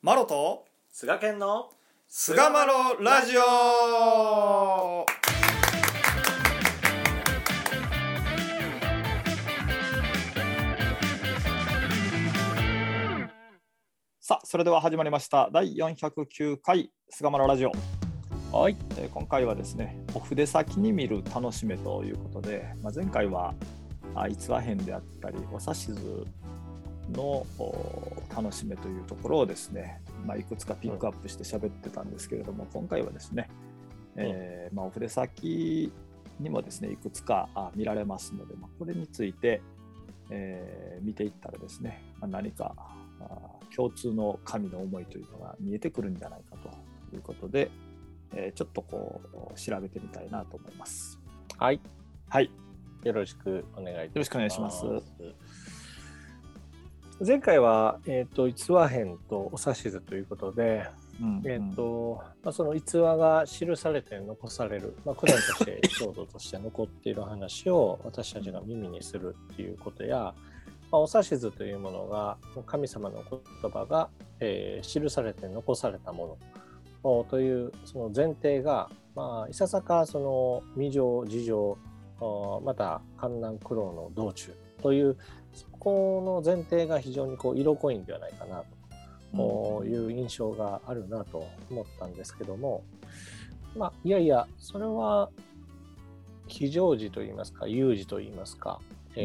マロと菅健の菅マロラジオ。さあ、それでは始まりました第409回菅マロラジオ。 はい、 今回はですね、お筆先に見る楽しめということで、前回は逸話編であったりお指図の楽しめというところをですね、いくつかピックアップして喋ってたんですけれども、今回はですね、お筆先にもですねいくつか見られますので、これについて、見ていったらですね、何か共通の神の思いというのが見えてくるんじゃないかということで、ちょっとこう調べてみたいなと思います。 はい、 はい、 よろしくお願いいたします。 よろしくお願いします。 前回は、逸話編とお指図ということで、その逸話が記されて残される、句伝としてエピソードとして残っている話を私たちが耳にするっていうことや、お指図というものが神様の言葉が、記されて残されたものというその前提が、いささかその未情事情また観難苦労の道中というそこの前提が非常に色濃いんではないかなという印象があるなと思ったんですけども、いやいやそれは非常時といいますか有事といいますか、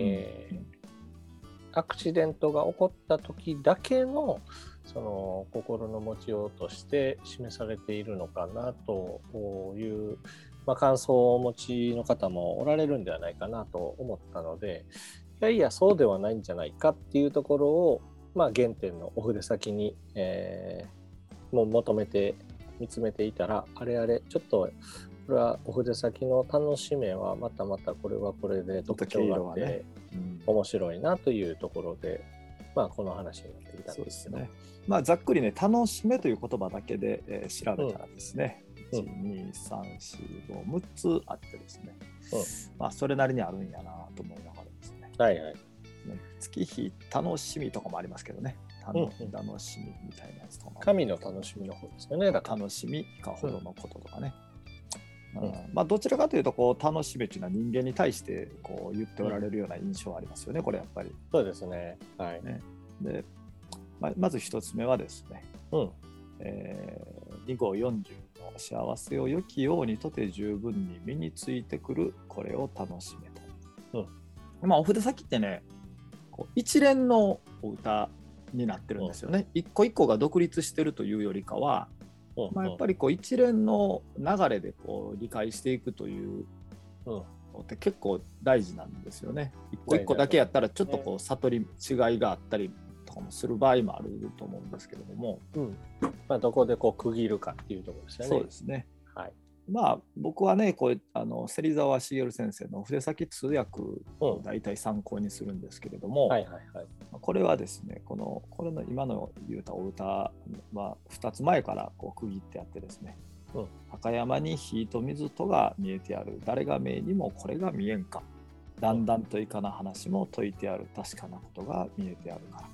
アクシデントが起こった時だけのその心の持ちようとして示されているのかなという、感想をお持ちの方もおられるんではないかなと思ったので、いやいやそうではないんじゃないかっていうところを、原点のお筆先に、もう求めて見つめていたら、あれちょっとこれはお筆先の楽しめはまたこれはこれで特徴があって、面白いなというところで、この話になってきたんですけど、 ざっくりね、楽しめという言葉だけで、調べたらですね、1、2、3、4、5、6つあってですね、それなりにあるんやなと思いながらですね、月日楽しみとかもありますけどね、楽しみみたいなやつとかも、 神の楽しみの方ですよね。 楽しみかほどのこととかね、どちらかというと楽しめというのは人間に対して言っておられるような印象はありますよね、これやっぱり。 そうですね。はい。 でまず一つ目はですね、2号40の幸せを良きようにとて十分に身についてくるこれを楽しめと。お筆先ってね、一連のお歌になってるんですよね。一個一個が独立してるというよりかは、やっぱり一連の流れで理解していくというのって結構大事なんですよね。一個一個だけやったらちょっと悟り違いがあったりとかもする場合もあると思うんですけれども、 どこで区切るかっていうところですよね。 そうですね。 はい。 僕はね芹沢茂先生の筆先通訳を大体参考にするんですけれども、これはですねこれの今の言うたお歌は2つ前から区切ってあってですね、高山に火と水とが見えてある、誰が命にもこれが見えんか、だんだんといかな話も解いてある、確かなことが見えてあるから、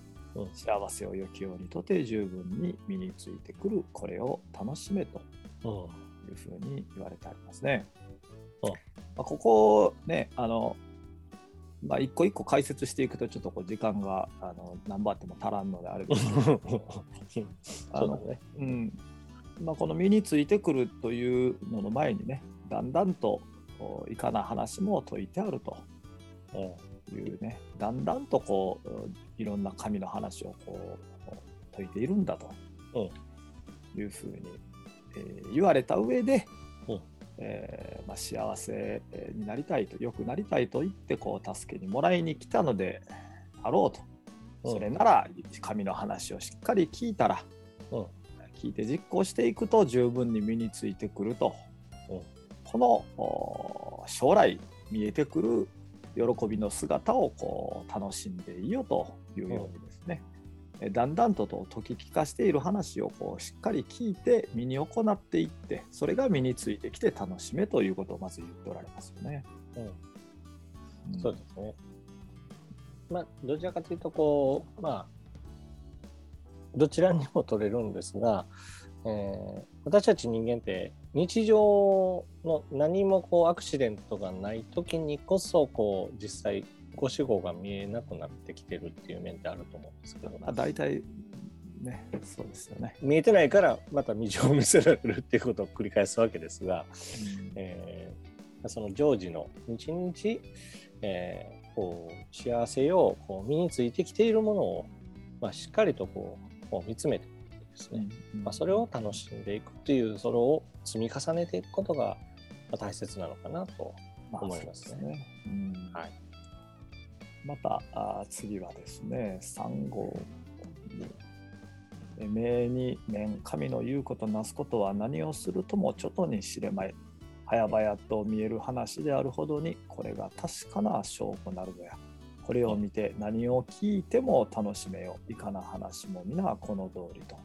幸せを良きようにとて十分に身についてくるこれを楽しめというふうに言われてありますね。ここね一個一個解説していくとちょっと時間が何番あっても足らんのであれですけどこの身についてくるというのの前にね、だんだんといかな話も解いてあるというね、だんだんといろんな神の話を解いているんだというふうに、言われた上で、幸せになりたいと、良くなりたいと言って助けにもらいに来たのであろうと、それなら神の話をしっかり聞いたら、聞いて実行していくと十分に身についてくると、この将来見えてくる喜びの姿を楽しんでいいよというようにですね、だんだんと解き聞かせている話をしっかり聞いて身に行っていって、それが身についてきて楽しめということをまず言っておられますよね。 そうですね。どちらかというとどちらにも取れるんですが、私たち人間って日常の何もこうアクシデントがない時にこそこう実際ご死後が見えなくなってきてるっていう面ってあると思うんですけど、 大体ね、そうですよね。 見えてないからまた未情を見せられるっていうことを繰り返すわけですが、その常時の日々、こう幸せをこう身についてきているものを、しっかりとこう見つめてですね、それを楽しんでいくっていう、それを積み重ねていくことが大切なのかなと思いますね。 はい、また次はですね、3号に目に面、神の言うことなすことは何をするともちょとに知れまい、早々と見える話であるほどにこれが確かな証拠なるのや。これを見て何を聞いても楽しめよ。いかな話も皆この通りと。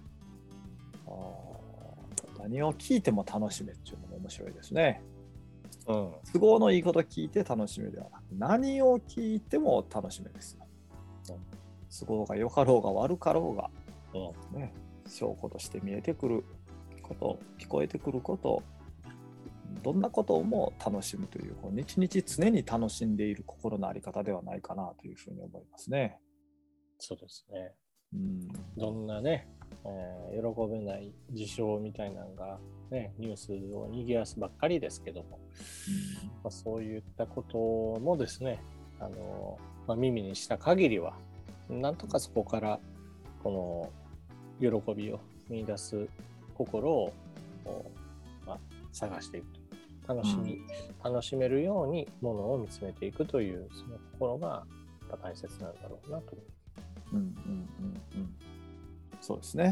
何を聞いても楽しめっていうのも面白いですね。都合のいいこと聞いて楽しめではなく、何を聞いても楽しめですよ。都合が良かろうが悪かろうが、ね、証拠として見えてくること、聞こえてくること、どんなことも楽しむという、日々常に楽しんでいる心の在り方ではないかなというふうに思いますね。 そうですね。どんなね、喜べない事象みたいなのが、ね、ニュースを賑わすばっかりですけども、そういったこともですね、耳にした限りはなんとかそこからこの喜びを見出す心を探していくと、楽しめるようにものを見つめていくという、その心が大切なんだろうなと。 そうですね。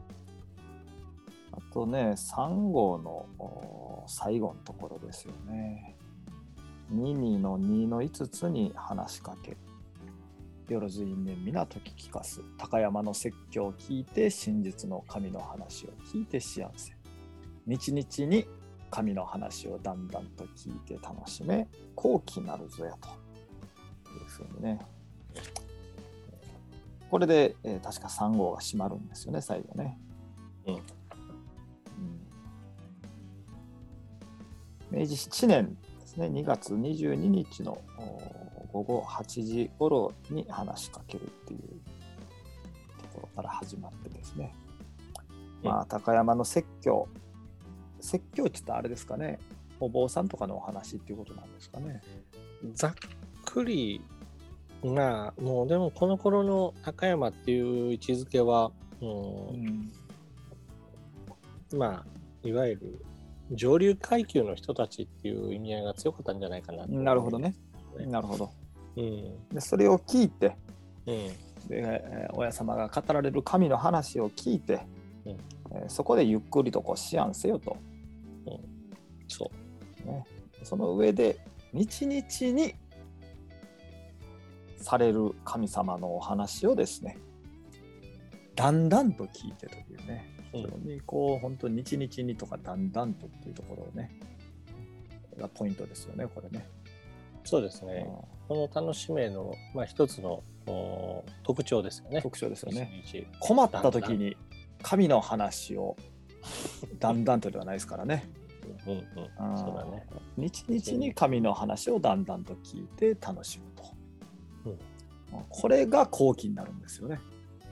あとね、3号の最後のところですよね。22の2の5つに話しかけ、よろず因縁皆と聞かす、高山の説教を聞いて真実の神の話を聞いて思案せ、日々に神の話をだんだんと聞いて楽しめ、好奇なるぞやというふうにね。これで、確か3号が閉まるんですよね、最後ね。明治7年ですね、2月22日の午後8時頃に話しかけるっていうところから始まってですね。高山の説教って言ったらあれですかね、お坊さんとかのお話っていうことなんですかね。 ざっくりもうでもこの頃の高山っていう位置づけは、いわゆる上流階級の人たちっていう意味合いが強かったんじゃないかなと、 なるほどね。なるほど。でそれを聞いて、で親様が語られる神の話を聞いて、そこでゆっくりと思案せよと。その上で日々にされる神様のお話をですね、だんだんと聞いてというね、非常に本当に日々にとかだんだんとっていうところをね、がポイントですよね、これね。 そうですね。この楽しめの、一つの特徴ですよね。 特徴ですよね。困った時に神の話をだんだんとではないですからね。そうだね。日々に神の話をだんだんと聞いて楽しむと。これが好奇になるんですよね。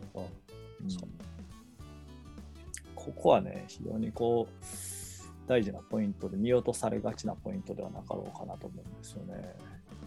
ここはね、非常に大事なポイントで、見落とされがちなポイントではなかろうかなと思うんですよね。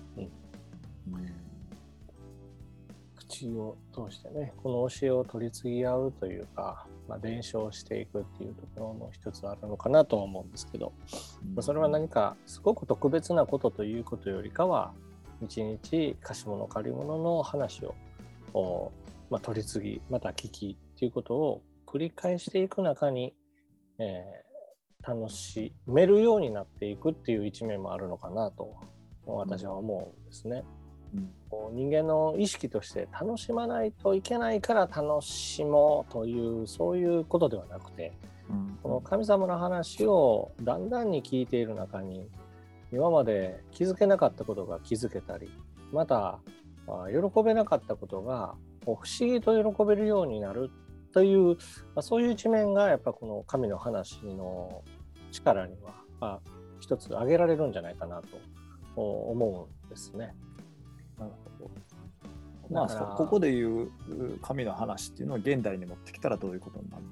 口を通してね、この教えを取り継ぎ合うというか、伝承していくっていうところも一つあるのかなとは思うんですけど、それは何かすごく特別なことということよりかは、日々貸し物借り物の話を取り次ぎ、また聞きっていうことを繰り返していく中に、楽しめるようになっていくっていう一面もあるのかなと私は思うんですね。人間の意識として楽しまないといけないから楽しもうという、そういうことではなくて、この神様の話をだんだんに聞いている中に、今まで気づけなかったことが気づけたり、また喜べなかったことが不思議と喜べるようになるという、そういう一面がやっぱこの神の話の力には、一つ挙げられるんじゃないかなと思うんですね。 なるほど。ここでいう神の話っていうのは現代に持ってきたらどういうことになるの？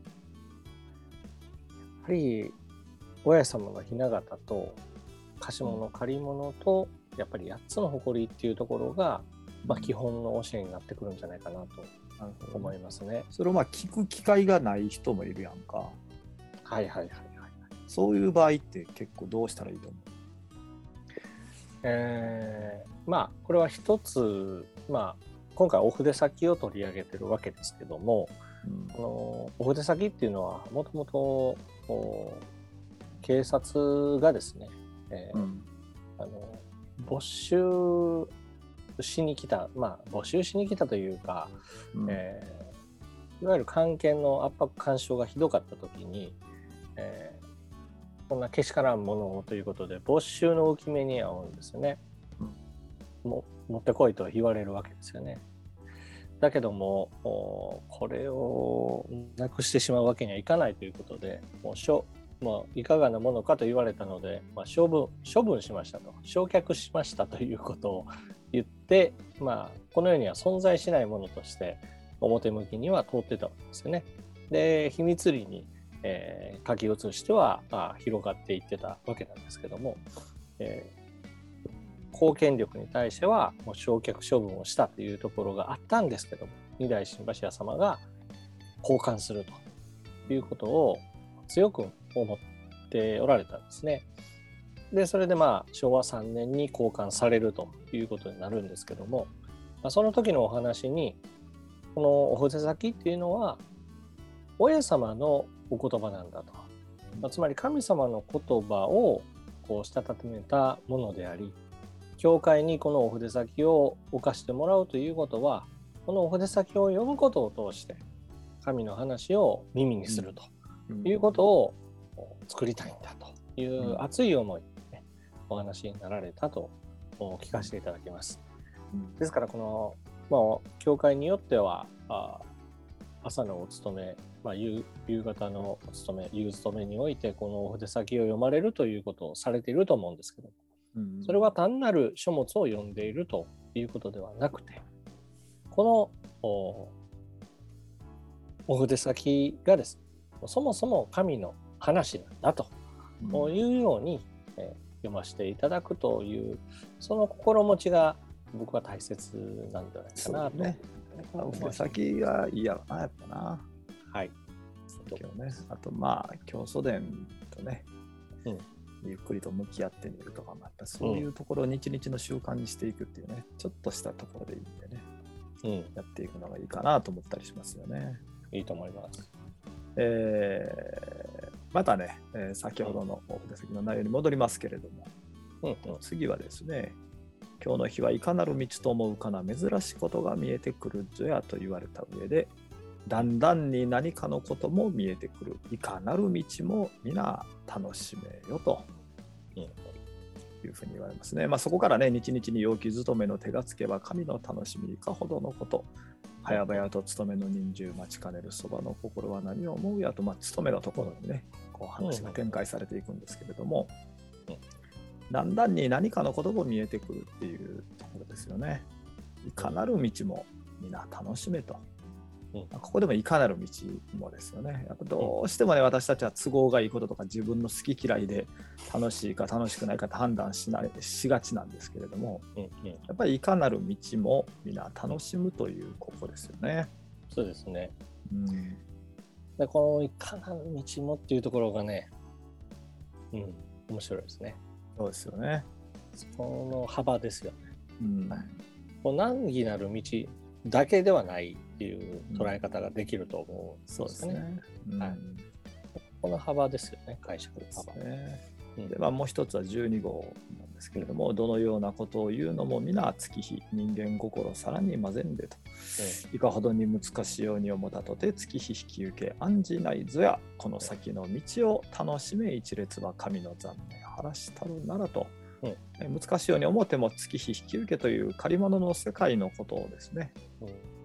やはり親様の雛形と貸物借り物とやっぱり8つの誇りっていうところが、基本の教えになってくるんじゃないかなと思いますね。 それを聞く機会がない人もいるやんか。 はいはいはいはい。 そういう場合って結構どうしたらいいと思う？ これは一つ、今回お筆先を取り上げてるわけですけども、お筆先っていうのはもともと警察がですね、没収しに来た、没収しに来たというか、いわゆる官憲の圧迫干渉がひどかった時に、こんなけしからんものをということで没収の浮き目に遭うんですよね。持ってこいと言われるわけですよね。だけどもこれをなくしてしまうわけにはいかないということで、いかがなものかと言われたので、処分しましたと、焼却しましたということを言って、この世には存在しないものとして表向きには通ってたわけですよね。で、秘密裏に書き写しては広がっていってたわけなんですけども、公権力に対してはもう焼却処分をしたというところがあったんですけども、二代新橋屋様が交換するということを強く思っておられたんですね。で、それで昭和3年に交換されるということになるんですけども、その時のお話にこのお筆先っていうのは親様のお言葉なんだと、つまり神様の言葉をしたためたものであり、教会にこのお筆先を置かしてもらうということは、このお筆先を読むことを通して神の話を耳にするということを作りたいんだという熱い思いで、お話になられたと聞かせていただきます。ですからこの、教会によっては朝のお勤め、夕方のお勤め、夕勤めにおいてこのお筆先を読まれるということをされていると思うんですけど、それは単なる書物を読んでいるということではなくて、このお筆先がですね、そもそも神の話なんだというように読ませていただくという、その心持ちが僕は大切なんじゃないかなと。 ね、お筆先がいいやろな、やっぱな。 はい。 あと教祖伝とね、ゆっくりと向き合ってみるとかもあった、そういうところを日々の習慣にしていくっていうね、ちょっとしたところでいいんでね、やっていくのがいいかなと思ったりしますよね。 いいと思います。 またね、先ほどのお筆先の内容に戻りますけれども、次はですね、今日の日はいかなる道と思うかな、珍しいことが見えてくるぞやと言われた上で、だんだんに何かのことも見えてくる、いかなる道も皆楽しめよというふうに言われますね。そこからね、日々に陽気勤めの手がつけば神の楽しみいかほどのこと、早々と勤めの人数待ちかねるそばの心は何を思うやと、勤めのところにね、話が展開されていくんですけれども、だんだんに何かのことも見えてくるっていうところですよね。いかなる道も皆楽しめと。ここでもいかなる道もですよね。やっぱどうしてもね、私たちは都合がいいこととか自分の好き嫌いで楽しいか楽しくないかって判断しがちなんですけれども、やっぱりいかなる道も皆楽しむというここですよね。 そうですね。でこのいかなる道もっていうところがね、面白いですね。 そうですよね。 その幅ですよね。難儀なる道だけではないっていう捉え方ができると思うんですね。この幅ですよね、解釈の幅。でもう一つは12号なんですけれども、どのようなことを言うのも皆月日、人間心さらに混ぜんでと、いかほどに難しいように思ったとて月日引き受け案じないぞや、この先の道を楽しめ一列は神の残念晴らしたるならと、難しいように思っても月日引き受けという借り物の世界のことをですね、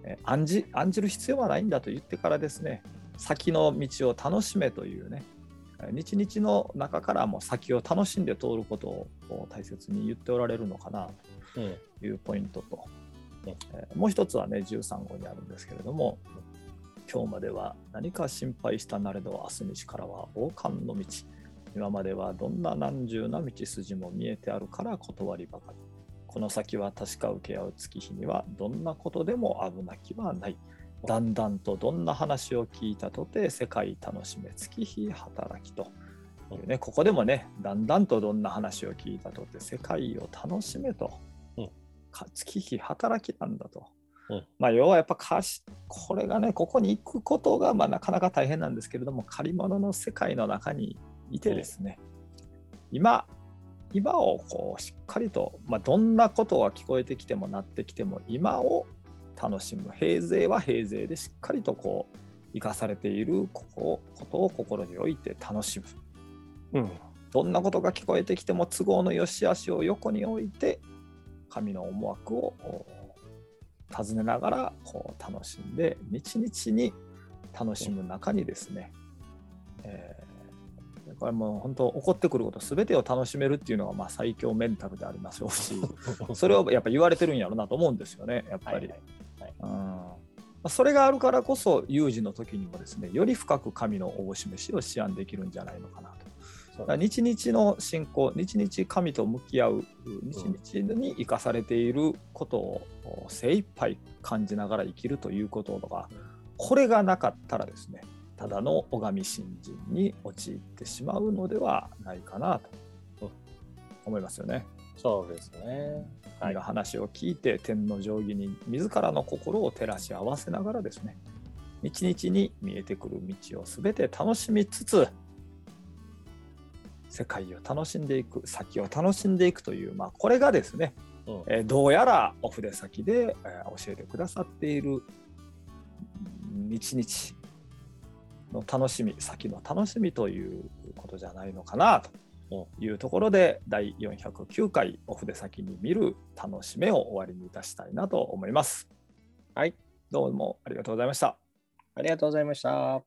案じる必要はないんだと言ってからですね、先の道を楽しめというね、日々の中からも先を楽しんで通ることを大切に言っておられるのかなというポイントと、もう一つはね13号にあるんですけれども、今日までは何か心配したなれど明日日からは王冠の道、今まではどんな何重な道筋も見えてあるから断りばかり、この先は確か受け合う月日にはどんなことでも危なきはない、だんだんとどんな話を聞いたとて世界楽しめ月日働きというね、ここでもね、だんだんとどんな話を聞いたとて世界を楽しめと、月日働きなんだと、要はやっぱこれがね、ここに行くことがなかなか大変なんですけれども、借り物の世界の中にいてですね、今をこうしっかりと、どんなことが聞こえてきてもなってきても今を楽しむ、平勢は平勢でしっかりとこう生かされていることを心に置いて楽しむ、どんなことが聞こえてきても都合の良し悪しを横に置いて神の思惑を尋ねながらこう楽しんで、日々に楽しむ中にですね、これもう本当起こってくること全てを楽しめるっていうのが最強メンタルでありますし、それをやっぱ言われてるんやろうなと思うんですよね、やっぱり。それがあるからこそ有事の時にもですね、より深く神のお示しを思案できるんじゃないのかなと。日々の信仰、日々神と向き合う、日々に生かされていることを精一杯感じながら生きるということが、これがなかったらですね、ただの拝み信心に陥ってしまうのではないかなと思いますよね。 そうですね。 神の話を聞いて天の定規に自らの心を照らし合わせながらですね、日々に見えてくる道をすべて楽しみつつ、世界を楽しんでいく、先を楽しんでいくという、これがですね、どうやらお筆先で教えてくださっている日々の楽しみ、先の楽しみということじゃないのかなというところで、第409回お筆先に見る楽しめを終わりにいたしたいなと思います。 はい、 どうもありがとうございました。 ありがとうございました。